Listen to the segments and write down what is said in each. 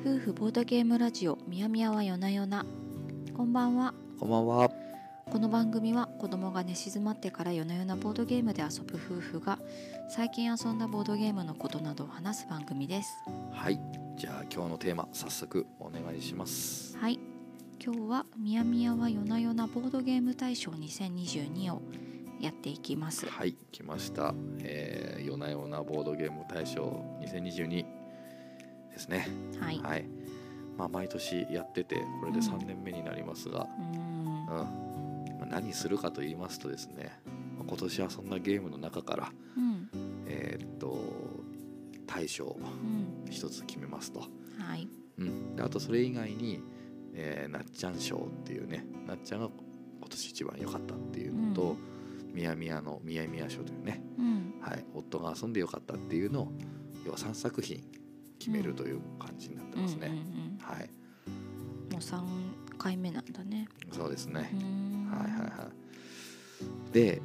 夫婦ボードゲームラジオみやみやはよなよな。こんばんは。 こんばんは。 この番組は子供が寝静まってから夜な夜なボードゲームで遊ぶ夫婦が最近遊んだボードゲームのことなどを話す番組です。 はい、じゃあ今日のテーマ早速お願いします。 はい、今日はみやみやは夜な夜なボードゲーム大賞2022をやっていきます。 はい、来ました。夜な夜なボードゲーム大賞2022ですね。 はい、 はい。毎年やっててこれで3年目になりますが、何するかと言いますとですね、今年遊んだゲームの中から、大賞を一つ決めますと。 はい。 であとそれ以外に、なっちゃん賞っていうね、なっちゃんが今年一番良かったっていうのと、みやみやのみやみや賞というね、はい、夫が遊んで良かったっていうのを要は3作品決めるという感じになってますね。はい。 もう3回目なんだね。 そうですね。はいはいはい。で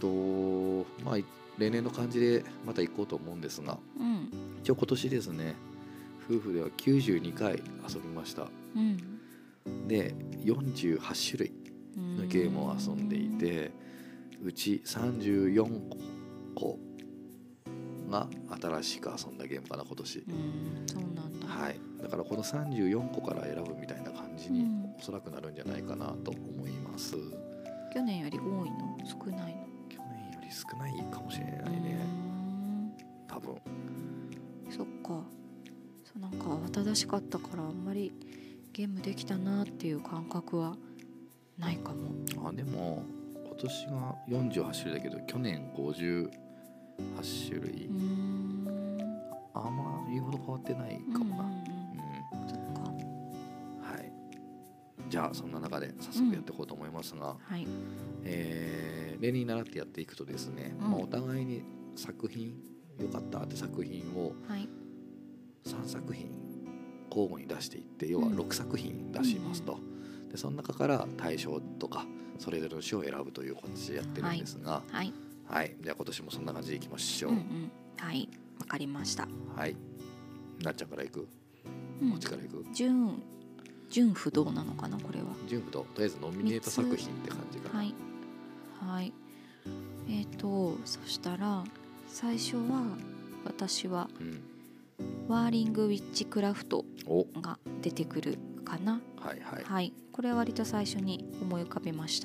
例年の感じでまた行こうと思うんですが、一応今年ですね、夫婦では92回遊びました。で48種類のゲームを遊んでいて、うち34個が新しく遊んだゲームかな今年。 そうなんだ。 はい。だからこの34個から選ぶみたいな感じにおそらくなるんじゃないかなと思います。 去年より多いの？少ないの？ 去年より少ないかもしれないね。多分。 そっか。なんか慌ただしかったからあんまりゲームできたなっていう感覚はないかも。 でも今年が48種類だけど去年58種類。あんま言うほど変わってないかもな。 そっか。 はい。じゃあそんな中で早速やっていこうと思いますが、 はい。 例に倣ってやっていくとですね、お互いに作品良かったって作品を3作品交互に出していって、要は6作品出しますと。でその中から大賞とかそれぞれの賞を選ぶという形でやってるんですが、はい。じゃあ今年もそんな感じでいきましょう。 はい、わかりました。 はい。なっちゃんからいく？こっちからいく？ 順不動なのかなこれは。 順不動。とりあえずノミネート作品って感じかな。 はい。はい。そしたら最初は私は、ワーリングウィッチクラフトが出てくるかな。はいはい。はい。これは割と最初に思い浮かべました。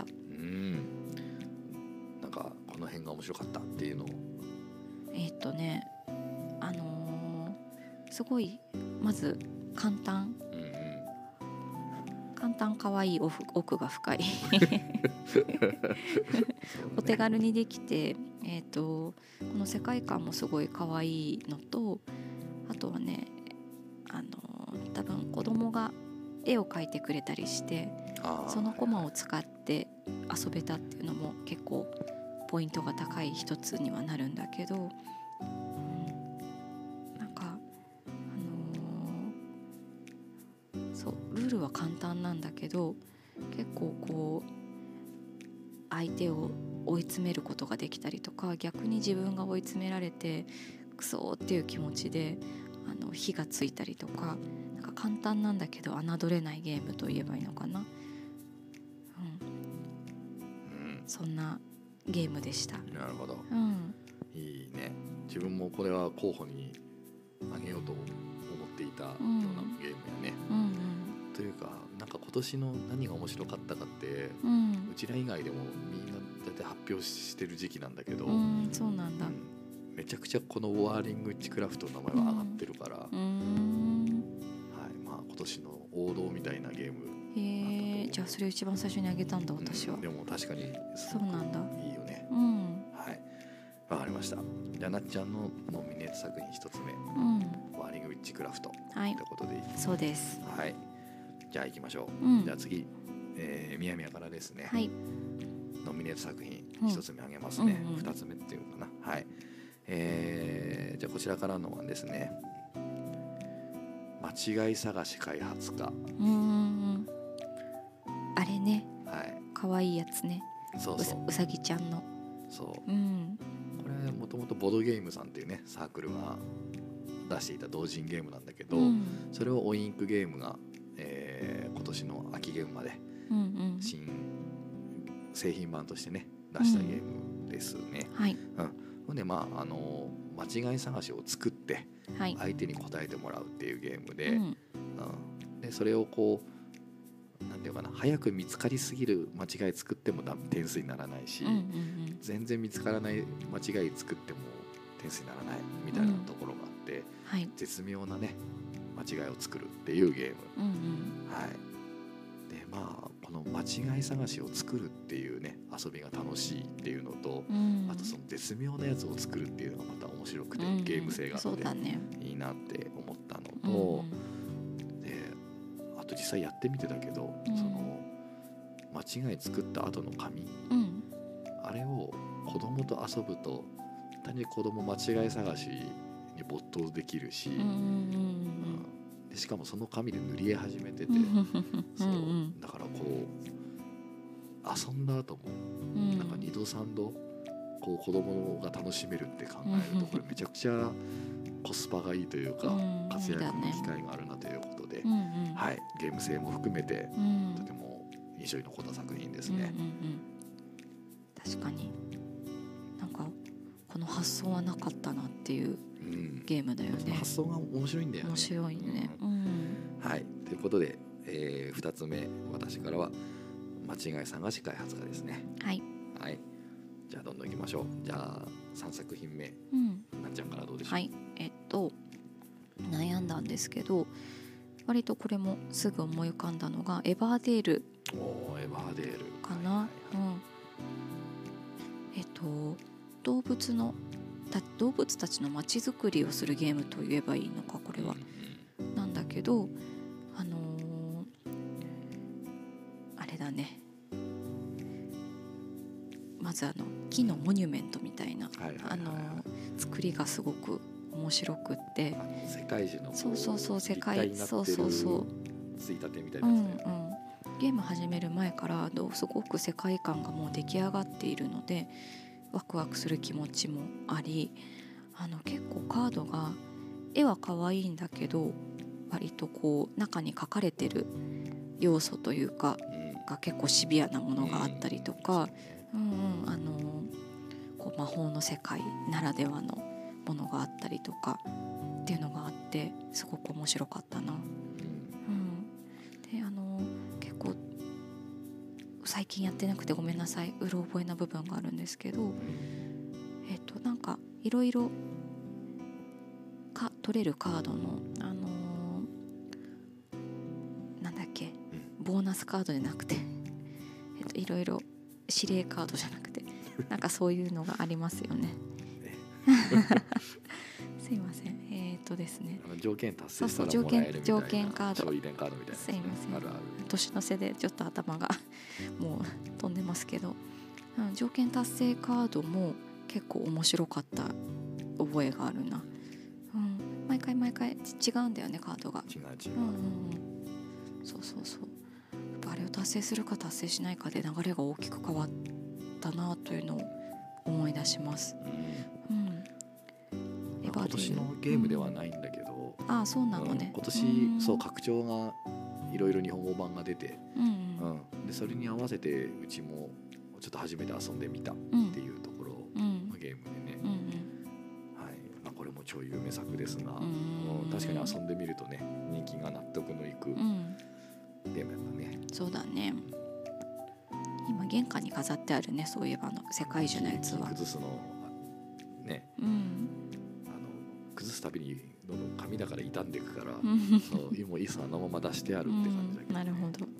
なんかこの辺が面白かったっていうのを。 すごいまず簡単かわいい奥が深いお手軽にできて、この世界観もすごいかわいいのと、あとはね、多分子供が絵を描いてくれたりして、そのコマを使って遊べたっていうのも結構ポイントが高い一つにはなるんだけど、なんかそうルールは簡単なんだけど、結構こう相手を追い詰めることができたりとか、逆に自分が追い詰められてクソっていう気持ちで火がついたりとか、なんか簡単なんだけど侮れないゲームと言えばいいのかな。そんなゲームでした。 なるほど。いいね。自分もこれは候補にあげようと思っていたようなゲームやね。というか、なんか今年の何が面白かったかって、うちら以外でもみんなだいたい発表してる時期なんだけど、 そうなんだ。 めちゃくちゃこのワーリングウィッチクラフトの名前は上がってるから、今年の王道みたいなゲーム。 じゃあそれ一番最初にあげたんだ私は。 でも確かにそうなんだ。 いいよね。はい、わかりました。じゃあなっちゃんのノミネート作品一つ目、ワーリングウィッチクラフトということでいいですか？ そうです。 はい。じゃあ行きましょう。じゃあ次、みやみやからですね。ノミネート作品一つ目あげますね。二つ目っていうかな。はい。じゃあこちらからのはですね、間違い探し開発家。 あれね。かわいいやつね。うさぎちゃんの。 そう。これもともとボードゲームさんっていうねサークルが出していた同人ゲームなんだけど、 うん、 それをオインクゲームが、今年の秋ゲームまで新製品版としてね出したゲームですね。 はい。 ほんで間違い探しを作って相手に答えてもらうっていうゲームで、でそれをこうなんていうかな、早く見つかりすぎる間違い作っても点数にならないし、全然見つからない間違い作っても点数にならないみたいなところがあって、絶妙なね間違いを作るっていうゲーム、はい。でこの間違い探しを作るっていうね遊びが楽しいっていうのと、あとその絶妙なやつを作るっていうのがまた面白くて、ゲーム性があっていいなって思ったのと、であと実際やってみてだけど、その間違い作った後の紙、あれを子供と遊ぶと単に子供間違い探しに没頭できるし、でしかもその紙で塗り絵始めててそうだからこう遊んだ後もなんか2度3度こう子供が楽しめるって考えるとこれめちゃくちゃコスパがいいというか活躍の機会があるなということで、はい、ゲーム性も含めてとても印象に残った作品ですね。 確かになんかこの発想はなかったなっていうゲームだよね。 発想が面白いんだよね。 面白いね。 はい、ということで、2つ目私からは間違い探し開発家ですね。 はい、 はい、じゃあどんどんいきましょう。じゃあ3作品目、なっちゃんからどうでしょう。 はい、悩んだんですけど割とこれもすぐ思い浮かんだのがエバーデールエバーデールかな。動物たちの街づくりをするゲームと言えばいいのかこれは、なんだけどあれだね、まず木のモニュメントみたいな作りがすごく面白くって、 世界中の世界そうついたてみたいなやつね。 ゲーム始める前からすごく世界観がもう出来上がっているのでワクワクする気持ちもあり、結構カードが絵は可愛いんだけど割とこう中に書かれてる要素というか、が結構シビアなものがあったりとか、こう魔法の世界ならではのものがあったりとかっていうのがあってすごく面白かったな。で結構最近やってなくてごめんなさい、うろ覚えな部分があるんですけど、なんかいろいろ取れるカードのなんだっけ、ボーナスカードじゃなくていろいろ指令カードじゃなくてなんかそういうのがありますよね。すいません。ですね。 条件達成したらもらえるみたいな条件カード。 勝利点カードみたいな、 すいません。 あるある。 年の瀬でちょっと頭がもう飛んでますけど、条件達成カードも結構面白かった覚えがあるな。毎回違うんだよねカードが。 違う。 そう。やっぱあれを達成するか達成しないかで流れが大きく変わったなというのを思い出します。 今年のゲームではないんだけど、 そうなのね。 今年そう拡張がいろいろ日本語版が出て、でそれに合わせてうちもちょっと初めて遊んでみたっていうところのゲームでね、これも超有名作ですが、確かに遊んでみるとね人気が納得のいくゲームだね。 そうだね。今玄関に飾ってあるね、そういえば世界中のやつは。 崩すのね。崩すたびにどんどん紙だから傷んでいくからそう今いいさあのまま出してあるって感じだけど、 なるほど。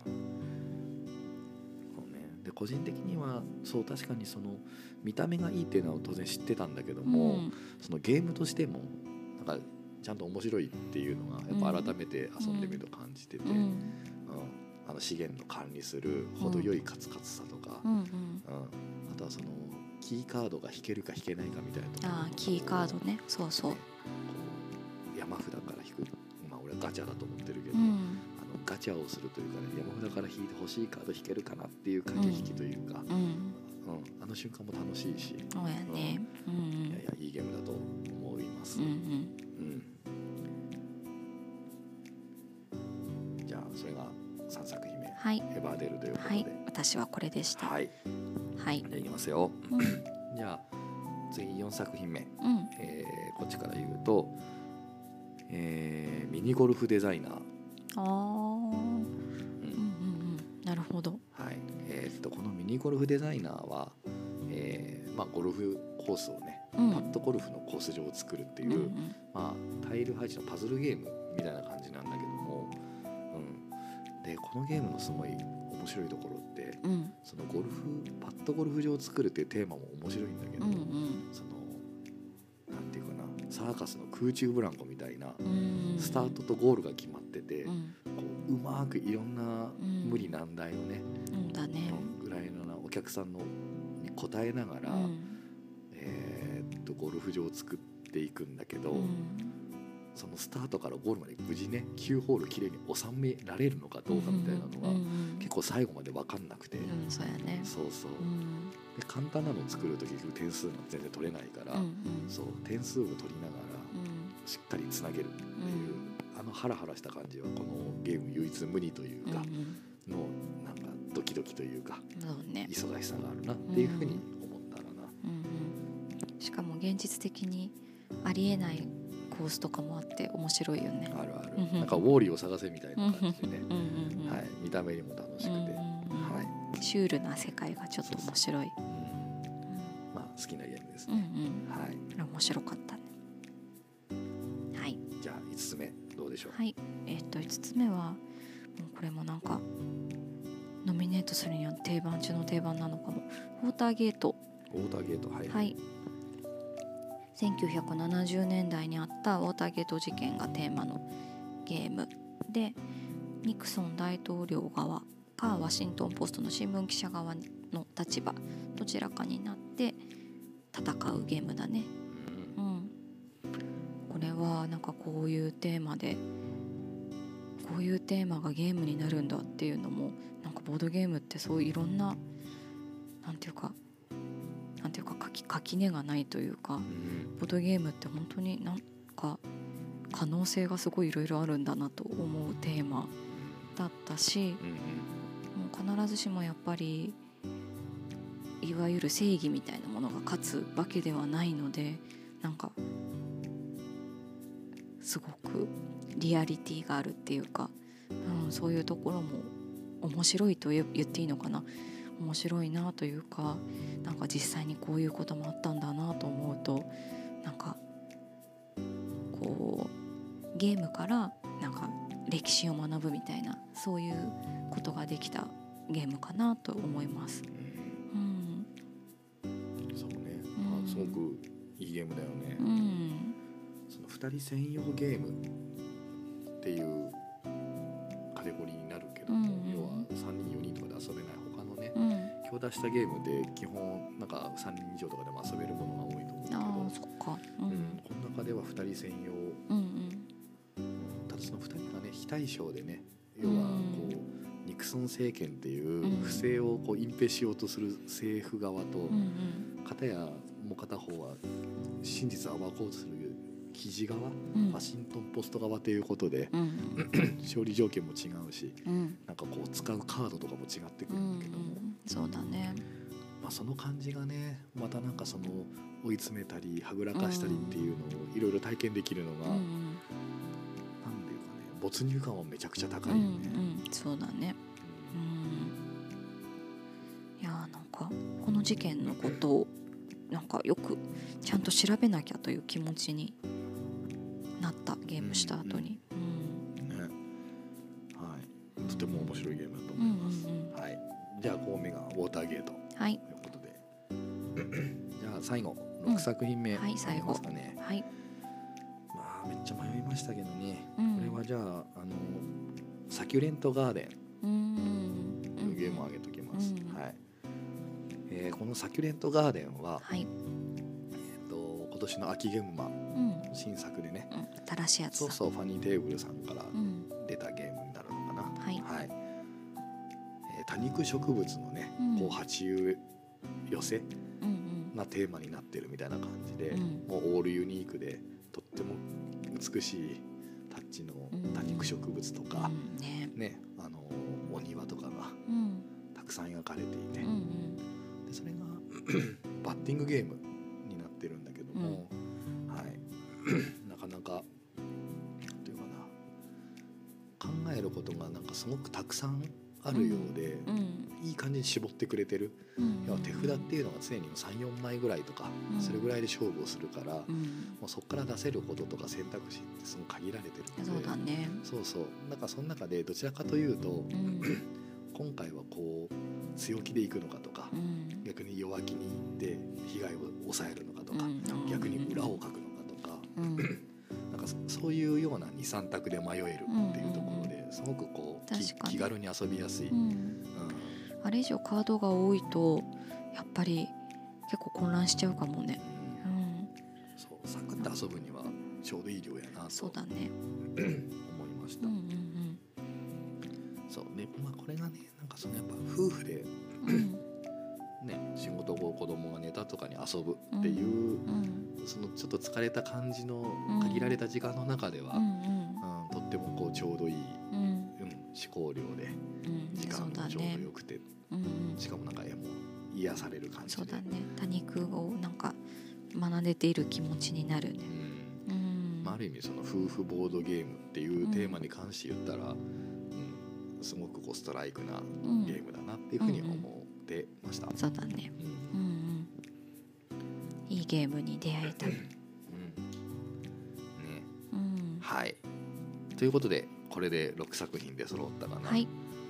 そうね。で個人的にはそう確かにその見た目がいいっていうのは当然知ってたんだけども、そのゲームとしてもなんかちゃんと面白いっていうのがやっぱ改めて遊んでみると感じてて、資源の管理する程よいカツカツさとか、あとはそのキーカードが引けるか引けないかみたいなところ、 キーカードね、そう、 こう山札から引く、俺はガチャだと思ってるけど、ガチャをするというかね、山札から引いて欲しいカード引けるかなっていう駆け引きというか、あの瞬間も楽しいし、 そうやね。 いいゲームだと思います。 はい、 エバーデルということで、 はい、私はこれでした。 はい、 はい、 じゃあいきますよ、 うん、 じゃあ次4作品目、 うん、 こっちから言うと、ミニゴルフデザイナー。 ああ、なるほど。 はい、このミニゴルフデザイナーは、ゴルフコースをね、パッドゴルフのコース上を作るっていう、タイル配置のパズルゲームみたいな感じなんだけども、でこのゲームのすごい面白いところって、そのパッドゴルフ場を作るっていうテーマも面白いんだけど、そのなんていうかな、サーカスの空中ブランコみたいな、スタートとゴールが決まってて、うまくいろんな無理難題をね、ぐらいのお客さんのに応えながら、ゴルフ場を作っていくんだけど、そのスタートからゴールまで無事ね9ホールきれいに収められるのかどうかみたいなのが、結構最後まで分かんなくて、 そうやね。 そうそう、で簡単なのを作ると結局点数が全然取れないから、そう点数を取りながらしっかりつなげるっていう、ハラハラした感じはこのゲーム唯一無二というか、のなんかドキドキというか、忙しさがあるなっていうふうに思ったらな、 しかも現実的にありえないコースとかもあって面白いよね。 あるある、なんかウォーリーを探せみたいな感じでね、はい、見た目にも楽しくて、はい、 シュールな世界がちょっと面白い。 まあ好きなゲームですね。はい、 面白かったね。はい。 じゃあ5つ目どうでしょう。 はい。5つ目はもうこれもなんかノミネートするには定番中の定番なのかも。ウォーターゲート。 ウォーターゲート、はい。 はい。1970年代にあったウォーターゲート事件がテーマのゲームで、ニクソン大統領側かワシントンポストの新聞記者側の立場どちらかになって戦うゲームだね。これはなんかこういうテーマでこういうテーマがゲームになるんだっていうのも、なんかボードゲームってそういういろんななんていうか垣根がないというか、ボードゲームって本当になんか可能性がすごいいろいろあるんだなと思うテーマだったし、もう必ずしもやっぱりいわゆる正義みたいなものが勝つわけではないので、なんかすごくリアリティがあるっていうか、そういうところも面白いと言っていいのかな、面白いなというか、なんか実際にこういうこともあったんだなと思うと、なんかこうゲームからなんか歴史を学ぶみたいな、そういうことができたゲームかなと思います。 そうね、すごくいいゲームだよね。その2人専用ゲームっていうカテゴリーになるけども、要は3人4人とかで遊べない他のね、今日出したゲームで基本なんか3人以上とかでも遊べるものが多いと思うけど、 そっか、この中では2人専用、ただその2人がね非対称でね、要はこうニクソン政権っていう不正をこう隠蔽しようとする政府側と、片やもう片方は真実を暴こうとする記事側、ワシントンポスト側ということで、勝利条件も違うし、なんかこう使うカードとかも違ってくるんだけども、 そうだね、 その感じがね、またなんかその追い詰めたりはぐらかしたりっていうのをいろいろ体験できるのが、なんていうかね、没入感はめちゃくちゃ高いよね。 そうだね。いやなんかこの事件のことをなんかよくちゃんと調べなきゃという気持ちになったゲームした後に、 はい、とても面白いゲームだと思います。はい、じゃあ5本目がウォーターゲートということで、じゃあ最後6作品目いきますかね。 はい、 めっちゃ迷いましたけどね、これはじゃあサキュレントガーデンというゲームを挙げときます。はい、このサキュレントガーデンは、今年の秋ゲームマ新作でね、 新しいやつだ。 そう、ファニーテーブルさんから出たゲームになるのかな。多肉植物のね、こう鉢植え寄せなテーマになってるみたいな感じで、もうオールユニークでとっても美しいタッチの多肉植物とか、ね、 お庭とかがたくさん描かれていて、でそれがバッティングゲームになってるんだけども、はい、なかなかというかな、考えることがなんかすごくたくさんあるようで、いい感じに絞ってくれてる。要は手札っていうのが常に 3,4 枚ぐらいとか、それぐらいで勝負をするから、もうそこから出せることとか選択肢ってすごく限られてるので、 そうだね。 そうそう、なんかその中でどちらかというと、今回はこう強気でいくのかとか、逆に弱気にいって被害を抑えるのかとか、逆に裏をかくのかとか、なんかそういうような 2,3 択で迷えるっていうところですごくこう気軽に遊びやすい。 あれ以上カードが多いとやっぱり結構混乱しちゃうかもね。 そうサクッと遊ぶにはちょうどいい量やなとそうだね思いました。そうね、まあこれがね、なんかそのやっぱ夫婦で、ね、仕事後子供が寝たとかに遊ぶっていう、そのちょっと疲れた感じの限られた時間の中では、とってもこうちょうどいい、思考量で時間もちょうどよくて、しかもなんかもう癒される感じで、 そうだね、多肉をなんか学んでている気持ちになるね。 ある意味その夫婦ボードゲームっていうテーマに関して言ったら、すごくこうストライクなゲームだなっていうふうに思ってました。 そうだね、いいゲームに出会えた。ね、 はい。ということでこれで6作品で揃ったかな。はい。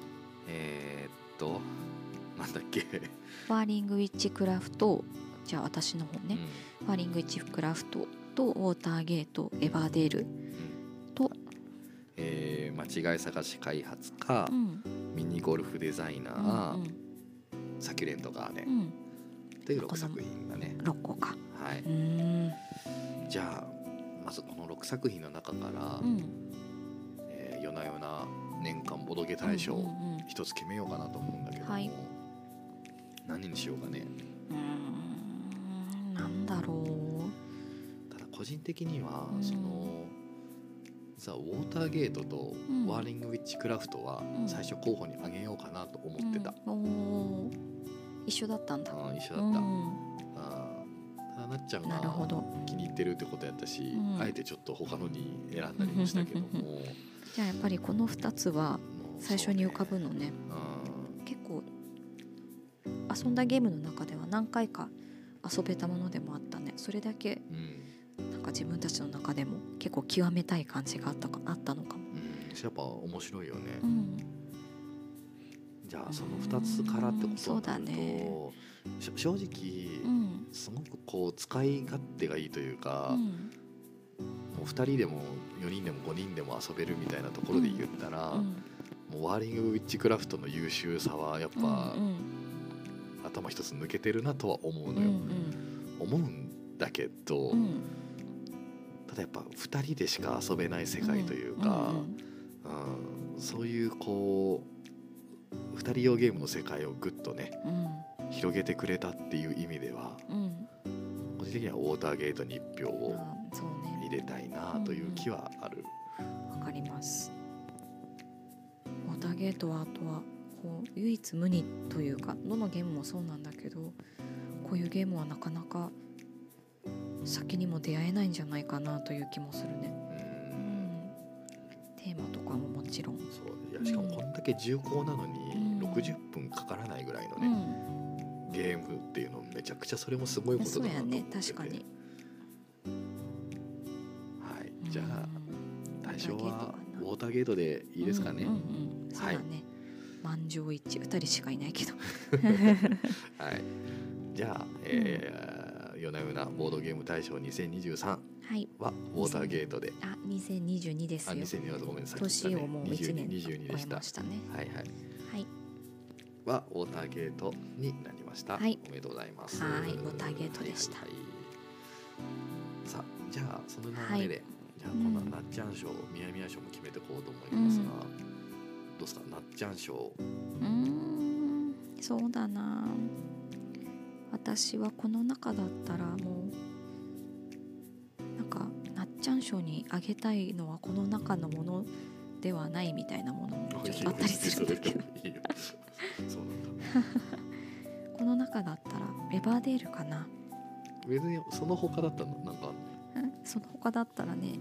なんだっけ。 ファーリングウィッチクラフト、じゃあ私の方ね。ファーリングウィッチクラフトとウォーターゲート、エバーデールと、 間違い探し開発か、ミニゴルフデザイナー、サキュレントガーデンという6作品がね。 6個か。 はい。じゃあまずこの6作品の中から、夜な夜な年間ボドゲ大賞一つ決めようかなと思うんだけども、何にしようかね。 なんだろう。 ただ個人的にはそのウォーターゲートとワーリングウィッチクラフトは最初候補に挙げようかなと思ってた。 一緒だったんだ。 一緒だった。ただなっちゃんが気に入ってるってことやったし、あえてちょっと他のに選んだりもしたけどもじゃあやっぱりこの2つは最初に浮かぶのね。結構遊んだゲームの中では何回か遊べたものでもあったね。それだけなんか自分たちの中でも結構極めたい感じがあったのかも。 やっぱ面白いよね。じゃあその2つからってことになると、正直すごくこう使い勝手がいいというか、もう2人でも4人でも5人でも遊べるみたいなところで言ったら、もうワーリングウィッチクラフトの優秀さはやっぱ頭一つ抜けてるなとは思うのよ。思うんだけど、ただやっぱ2人でしか遊べない世界というか、そういうこう2人用ゲームの世界をぐっとね、広げてくれたっていう意味では、個人的にはウォーターゲートに1票を入れたいなという気はある。 わかります。ウォーターゲートはあとはこう唯一無二というか、どのゲームもそうなんだけど、こういうゲームはなかなか先にも出会えないんじゃないかなという気もするね。テーマとかももちろんそう、いやしかもこんだけ重厚なのに60分かからないぐらいのね、ゲームっていうのめちゃくちゃそれもすごいことだなと思ってて。 そうやね、確かに。 はい、じゃあ対象はウォーターゲートでいいですかね。 そうだね。満場一致、2人しかいないけどはい、じゃあ、夜な夜なボードゲーム大賞2023はウォーターゲートで、 2022ですよ。 2022、ごめんなさい、 年をもう1年 22でした。 ましたね。 はいはい、はウォーターゲートになりました。おめでとうございます。 ウォーターゲートでした。 さあ、じゃあその流れで、じゃあこのなっちゃん賞、みやみや賞も決めていこうと思いますが、どうですか、なっちゃん賞。 そうだな、私はこの中だったらもうなんかなっちゃん賞にあげたいのはこの中のものではないみたいなものもちょっとあったりするんだけどそうなんだこの中だったらエバーデールかな。 別にその他だったのなんかあんの？ その他だったらね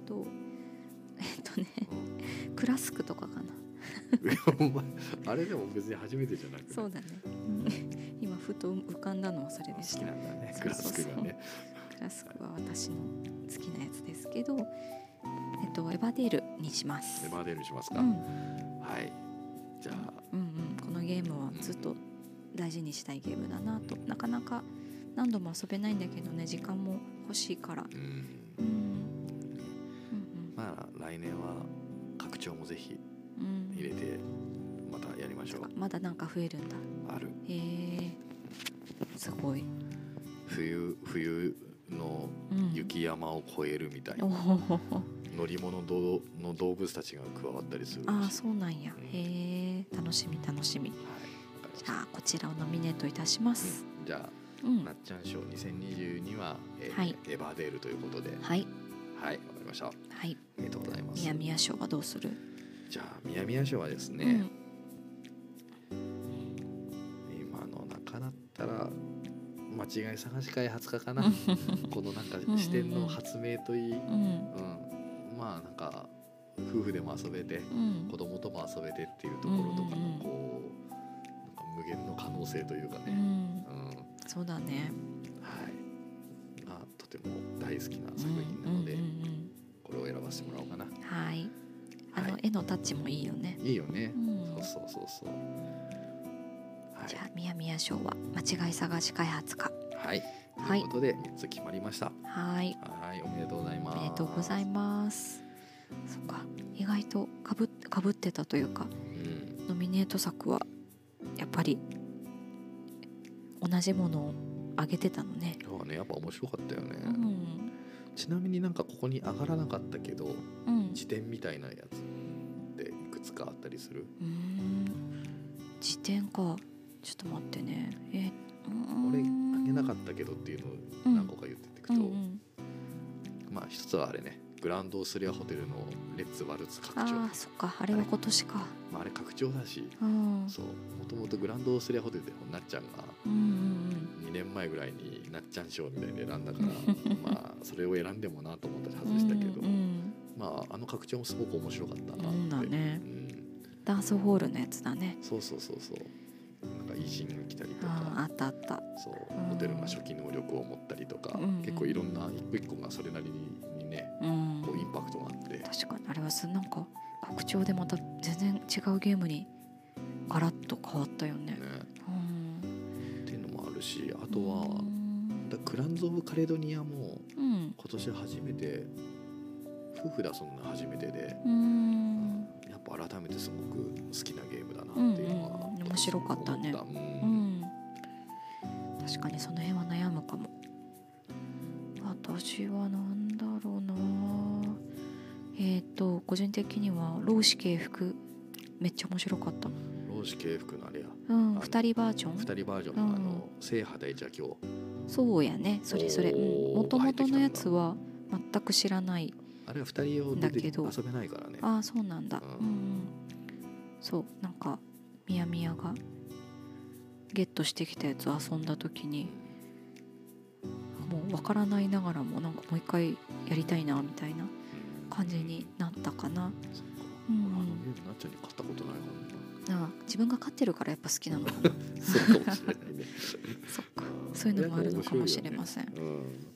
クラスクとかかなお前あれでも別に初めてじゃなくて、 そうだね今ふと浮かんだのはそれでした。 好きなんだねクラスクがね。 クラスクは私の好きなやつですけど、エバーデールにします。 エバーデールにしますか、 うん、 はい。じゃあ、 このゲームはずっと大事にしたいゲームだなと。なかなか何度も遊べないんだけどね、時間も欲しいから、 まあ来年は拡張もぜひ入れてまたやりましょう。 まだなんか増えるんだ。 ある。 すごい。 冬の雪山を越えるみたいな、乗り物の動物たちが加わったりする。 ああ、そうなんや。楽しみ楽しみ。 はい、 じゃあこちらをノミネートいたします。 じゃあ、なっちゃん賞2022は、エバーデールということで、はいはい、わかりました。はい、ありがとうございます。 ミヤミヤ賞はどうする？ じゃあミヤミヤ賞はですね、今の中だったら間違い探し開発家かなこのなんか視点の発明といい、まあなんか夫婦でも遊べて、子供とも遊べてっていうところとかのこうなんか無限の可能性というかね、 そうだね、 はい、がとても大好きな作品なので、これを選ばせてもらおうかな。 はい、絵のタッチもいいよね。 いいよね、そう、 じゃあミヤミヤ賞は間違い探し開発家。 はい、ということで3つ決まりました。はい、おめでとうございます。 おめでとうございます。そっか、意外とかぶってたというか、ノミネート作はやっぱり同じものをあげてたのね。 そうね、やっぱ面白かったよね。ちなみになんかここに上がらなかったけど、辞典みたいなやつっていくつかあったりする？ 辞典か。ちょっと待ってね。 俺あげなかったけどっていうのを何個か言っていくと、まあ一つはあれね、グランドオーストリアホテルのレッツワルツ拡張。 ああ、そっか、あれは今年か。 まあ、あれ拡張だし、そう、もともとグランドオーストリアホテルでなっちゃんが2年前ぐらいになっちゃん賞みたいに選んだからまあそれを選んでもなと思って外したけど、まあ拡張もすごく面白かったなって。 ダンスホールのやつだね。 そう、なんかいいシーンが来たりとか、 あったあった。 そう、ホテルが初期能力を持ったりとか、結構いろんな一個一個がそれなりにね、こうインパクトがあって。 確かにあれはなんか拡張でまた全然違うゲームにガラッと変わったよね。 っていうのもあるし、あとはクランズ・オブ・カレドニアも今年初めて、夫婦で遊んだ初めてで、やっぱ改めてすごく好きなゲームだなっていうのは面白かったね。確かにその辺は悩むかも。私はなんだろうな。個人的には老子系服めっちゃ面白かった。 老子系服のあれや、 2人バージョンの正派でじゃあ今日。 そうやね、それもともとのやつは全く知らない。 あれは2人用で遊べないからね。 ああ、そうなんだ。そう、なんかミヤミヤがゲットしてきたやつを遊んだ時にもう分からないながらもなんかもう一回やりたいなみたいな感じになったかな。 そっか、ゲームなっちゃんに買ったことないかな。自分が飼ってるからやっぱ好きなのかなそうかもしれないねそっか、そういうのもあるのかもしれません。なんか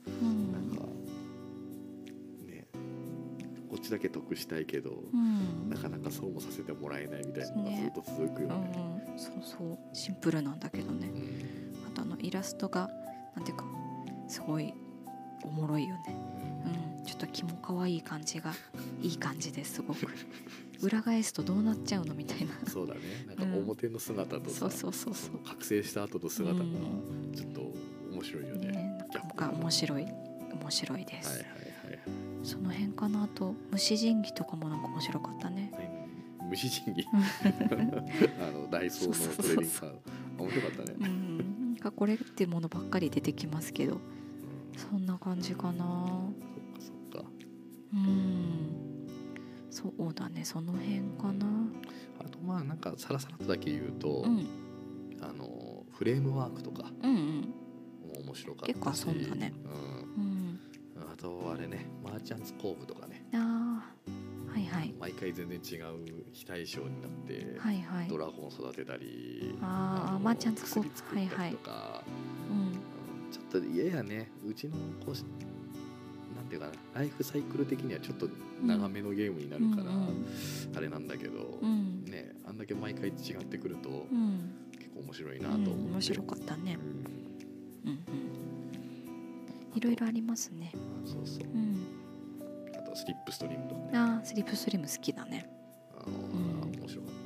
ね、こっちだけ得したいけど、なかなかそうもさせてもらえないみたいなのがずっと続くよね。 そうシンプルなんだけどね。あとイラストがなんていうかすごいおもろいよね。ちょっと気も可愛い感じがいい感じですごく裏返すとどうなっちゃうのみたいな。 そうだね、なんか表の姿とさ、覚醒した後の姿がちょっと面白いよね。 なんか面白いです。その辺かな。と虫神器とかもなんか面白かったね。 虫神器ダイソーのトレーディングカード面白かったね。 これってものばっかり出てきますけど、そんな感じかな。 そっか。 そうだね、その辺かな。 あとまあなんかさらさらとだけ言うと、 うん、 フレームワークとかうんうん、 も面白かったし、 結構遊んだね。うん、 あとあれね、マーチャンツコーブとかね、 ああ、はいはい、 毎回全然違う非対称になって、 はいはい、 ドラゴン育てたり、 ああ、マーチャンツコーブ、 薬作ったりとか、ちょっと嫌やね。うちのこうなんていうかな、ライフサイクル的にはちょっと長めのゲームになるから、あれなんだけど、ね、あんだけ毎回違ってくると、結構面白いなと思って、 面白かったね。いろいろありますね。 そうそう、あとスリップストリームとかね。 ああ、スリップストリーム好きだね。 面白かった。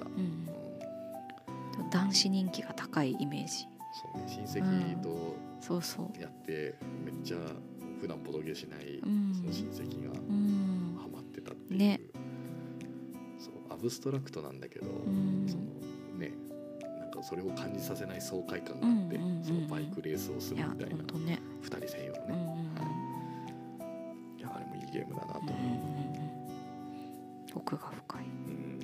男子人気が高いイメージ。 そうね、親戚とそうそうやってめっちゃ普段ボドゲしない、その親戚がハマってたっていう、 ね、 そうアブストラクトなんだけど、そのね、なんかそれを感じさせない爽快感があって、そのバイクレースをするみたいな、 ね、 2人専用のね、いやあれもいいゲームだなと思う。 奥が深い。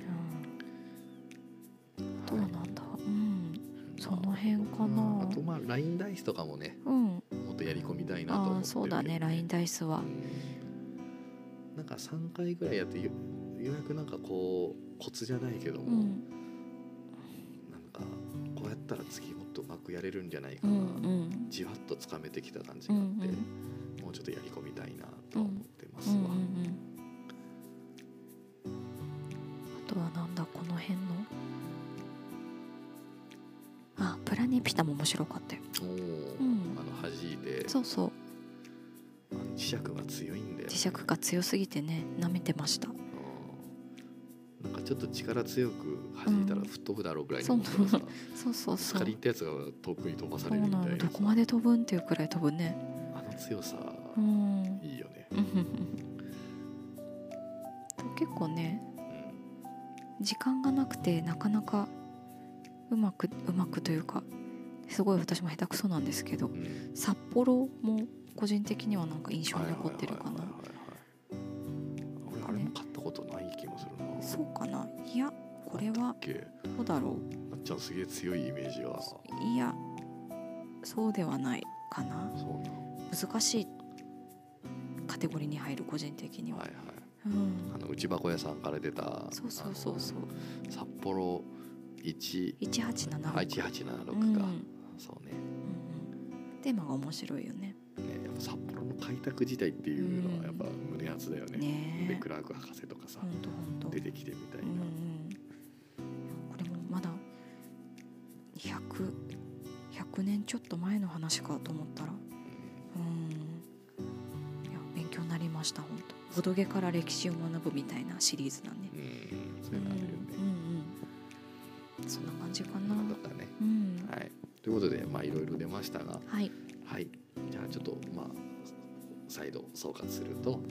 どうなんだ。その辺かな。 あとまあラインダイスとかもね、もっとやり込みたいなと思ってる。 そうだね、ラインダイスは。 なんか3回ぐらいやってようやくなんかこうコツじゃないけども、なんかこうやったら次もっとうまくやれるんじゃないかな、じわっとつかめてきた感じがあって、もうちょっとやり込みたいなと思ってますわ。 あとはなんだ、この辺のプラネピタも面白かったよ。 弾いて、 そうそう、 磁石が強いんだよね。 磁石が強すぎてね、舐めてました。 なんかちょっと力強く弾いたら吹っ飛ぶだろうぐらいの、 そうスカリってやつが遠くに飛ばされるみたいな。 どこまで飛ぶんっていうくらい飛ぶね。 あの強さ、いいよね。 結構ね、時間がなくてなかなかうまくというか、すごい私も下手くそなんですけど、札幌も個人的にはなんか印象に残ってるかな。 俺あれも買ったことない気もするな。 そうかな。いや、これはどうだろう。 なっちゃんすげえ強いイメージが。 いや、そうではないかな。難しいカテゴリーに入る、個人的には。内箱屋さんから出た、 そう札幌 1876 か、そうね、 テーマが面白いよね。 やっぱ札幌の開拓時代っていうのはやっぱ胸熱だよね。でクラーク博士とかさ、出てきてみたいな。 これもまだ100年ちょっと前の話かと思ったら、いや勉強になりました。本当ボドゲから歴史を学ぶみたいなシリーズだね。 それがあるよね。 そんな感じかな。 はい。ということで、まあいろいろ出ましたが、 はい。 じゃあちょっとまあ再度総括すると、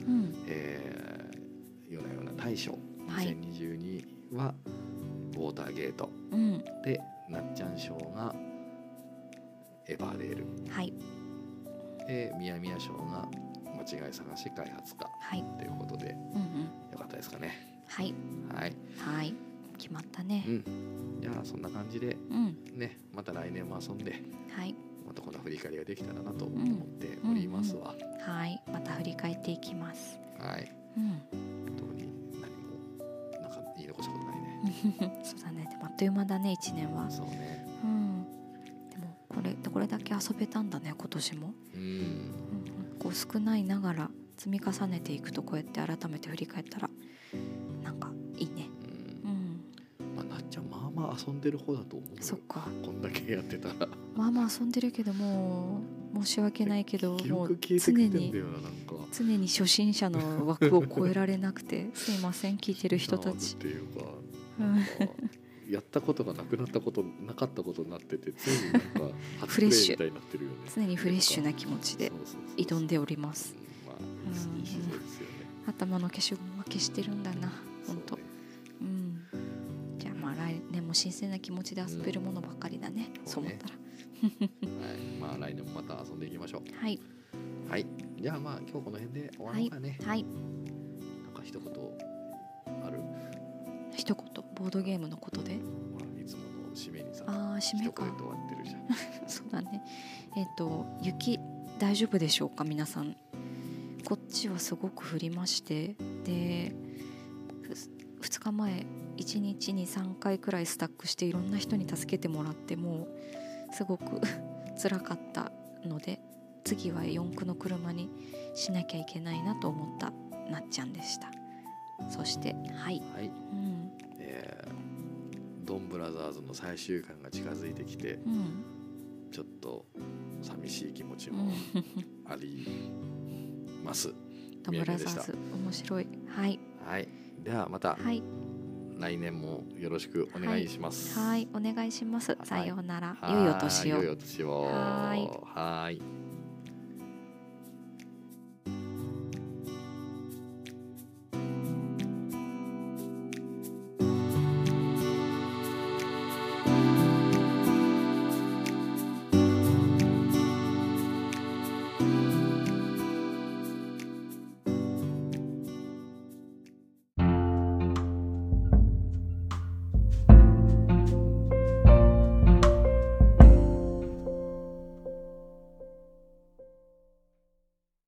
夜な夜な大賞2022はウォーターゲート、でなっちゃん賞がエバーレール、でミヤミヤ賞が間違い探し開発家、ということで、よかったですかね。はい。決まったね。じゃあそんな感じで、ね、また来年も遊んで、またこんな振り返りができたらなと思っておりますわ。 また振り返っていきます。 特に何もなんか言い残したことないね。 そうだね。でもあっという間だね、1年は。 そうね。 でもこれだけ遊べたんだね、今年も。こう少ないながら積み重ねていくと、こうやって改めて振り返ったらなんかいいね。 なっちゃんまあまあ遊んでる方だと思うよ。 そっか。 こんだけやってたら。 まあまあ遊んでるけど、もう申し訳ないけど、もう常に初心者の枠を超えられなくてすいません、聞いてる人たち。 っていうか、やったことがなかったことになってて、常になんかフレッシュみたいになってるよね。 常にフレッシュな気持ちで挑んでおります。 いい姿勢ですよね。 頭の消しゴムは消してるんだな、本当。じゃあまあ来年も新鮮な気持ちで遊べるものばかりだね。そう思ったら。 まあ来年もまた遊んでいきましょう。 はい。 じゃあまあ今日この辺で終わろうかね。なんか一言ある？ 一言ボードゲームのことで？ ほらいつもの締めにさ、 締めか。 一言で終わってるじゃん。 そうだね。雪大丈夫でしょうか皆さん。こっちはすごく降りまして、で2日前1日に3回くらいスタックしていろんな人に助けてもらって、もうすごく辛かったので、次は四駆の車にしなきゃいけないなと思ったなっちゃんでした。そしてはい、 はい、ドンブラザーズの最終巻が近づいてきて、ちょっと寂しい気持ちもあります。 ドンブラザーズ面白い。はい、 はい、ではまた、はい、来年もよろしくお願いします。 はい、お願いします。さようなら。良いお年を。 良いお年を。はい。